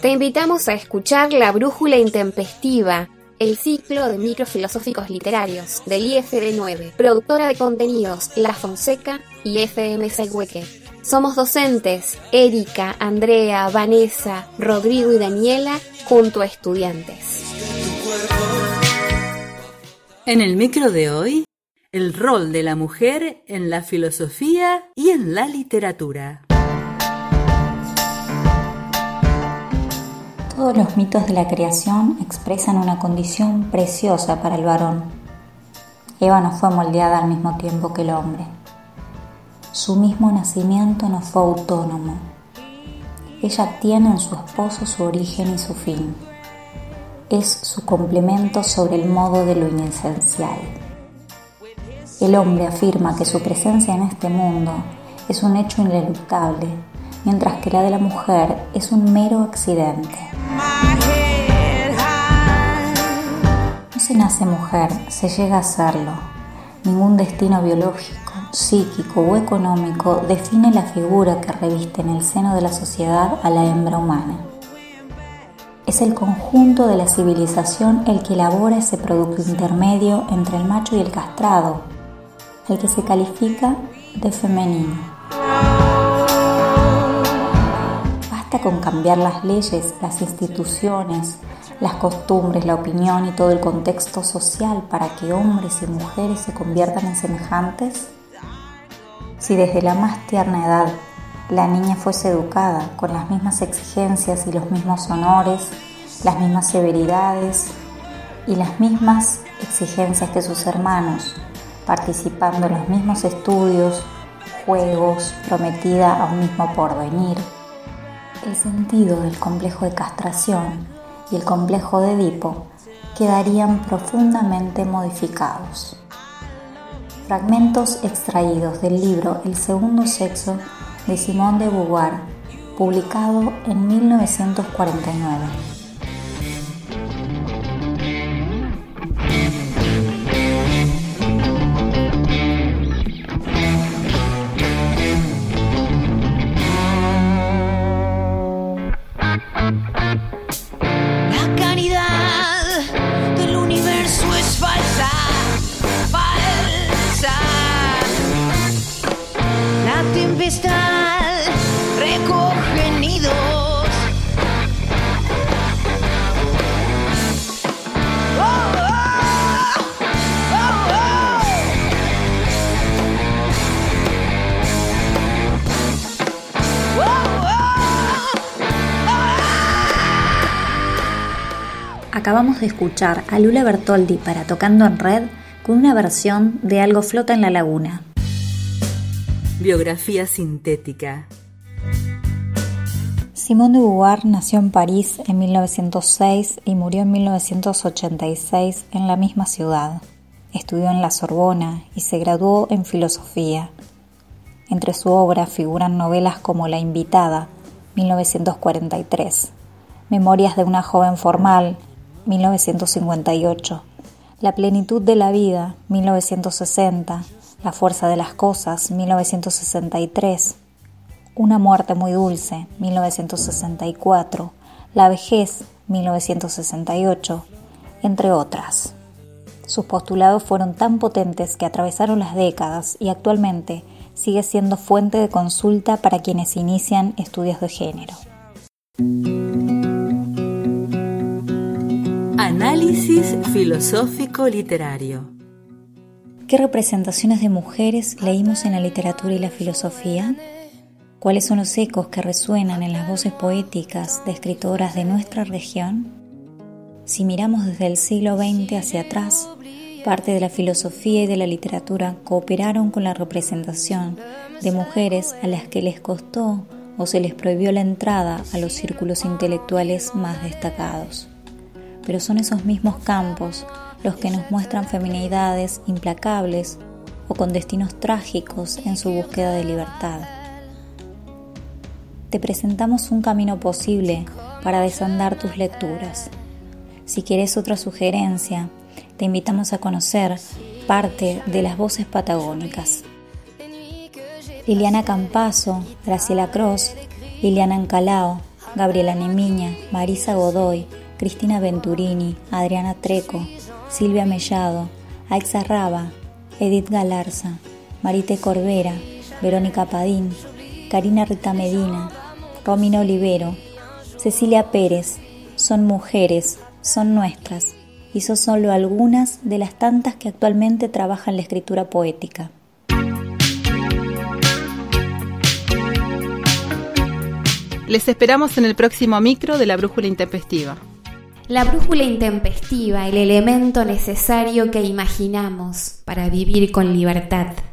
Te invitamos a escuchar La Brújula Intempestiva, el ciclo de microfilosóficos literarios del IFD 9, productora de contenidos La Fonseca y FMC Hueque. Somos docentes, Erika, Andrea, Vanessa, Rodrigo y Daniela, junto a estudiantes. En el micro de hoy, el rol de la mujer en la filosofía y en la literatura. Todos los mitos de la creación expresan una condición preciosa para el varón. Eva no fue moldeada al mismo tiempo que el hombre. Su mismo nacimiento no fue autónomo. Ella tiene en su esposo su origen y su fin. Es su complemento sobre el modo de lo inesencial. El hombre afirma que su presencia en este mundo es un hecho ineluctable, mientras que la de la mujer es un mero accidente. No se nace mujer, se llega a serlo. Ningún destino biológico, psíquico o económico define la figura que reviste en el seno de la sociedad a la hembra humana. Es el conjunto de la civilización el que elabora ese producto intermedio entre el macho y el castrado, el que se califica de femenino. Basta con cambiar las leyes, las instituciones, las costumbres, la opinión y todo el contexto social para que hombres y mujeres se conviertan en semejantes. Si desde la más tierna edad la niña fuese educada con las mismas exigencias y los mismos honores, las mismas severidades y las mismas exigencias que sus hermanos, participando en los mismos estudios, juegos, prometida a un mismo porvenir, el sentido del complejo de castración y el complejo de Edipo quedarían profundamente modificados. Fragmentos extraídos del libro El segundo sexo de Simone de Beauvoir, publicado en 1949. La caridad del universo es falsa, falsa. La tempestad recoge nidos. Oh, oh, oh, oh. Oh, oh. Acabamos de escuchar a Lula Bertoldi para Tocando en Red con una versión de Algo flota en la laguna. Biografía sintética. Simone de Beauvoir nació en París en 1906 y murió en 1986 en la misma ciudad. Estudió en la Sorbona y se graduó en filosofía. Entre su obra figuran novelas como La invitada, 1943, Memorias de una joven formal, 1958, La plenitud de la vida, 1960, La fuerza de las cosas, 1963, Una muerte muy dulce, 1964, La vejez, 1968, entre otras. Sus postulados fueron tan potentes que atravesaron las décadas y actualmente sigue siendo fuente de consulta para quienes inician estudios de género. Análisis filosófico literario. ¿Qué representaciones de mujeres leímos en la literatura y la filosofía? ¿Cuáles son los ecos que resuenan en las voces poéticas de escritoras de nuestra región? Si miramos desde el siglo XX hacia atrás, parte de la filosofía y de la literatura cooperaron con la representación de mujeres a las que les costó o se les prohibió la entrada a los círculos intelectuales más destacados. Pero son esos mismos campos los que nos muestran feminidades implacables o con destinos trágicos en su búsqueda de libertad. Te presentamos un camino posible para desandar tus lecturas. Si quieres otra sugerencia, te invitamos a conocer parte de las voces patagónicas. Liliana Campazo, Graciela Cross, Liliana Ancalao, Gabriela Nemiña, Marisa Godoy, Cristina Venturini, Adriana Treco, Silvia Mellado, Aixa Raba, Edith Galarza, Marité Corbera, Verónica Padín, Karina Rita Medina, Romina Olivero, Cecilia Pérez, son mujeres, son nuestras, y son solo algunas de las tantas que actualmente trabajan la escritura poética. Les esperamos en el próximo micro de La Brújula Intempestiva. La brújula intempestiva, el elemento necesario que imaginamos para vivir con libertad.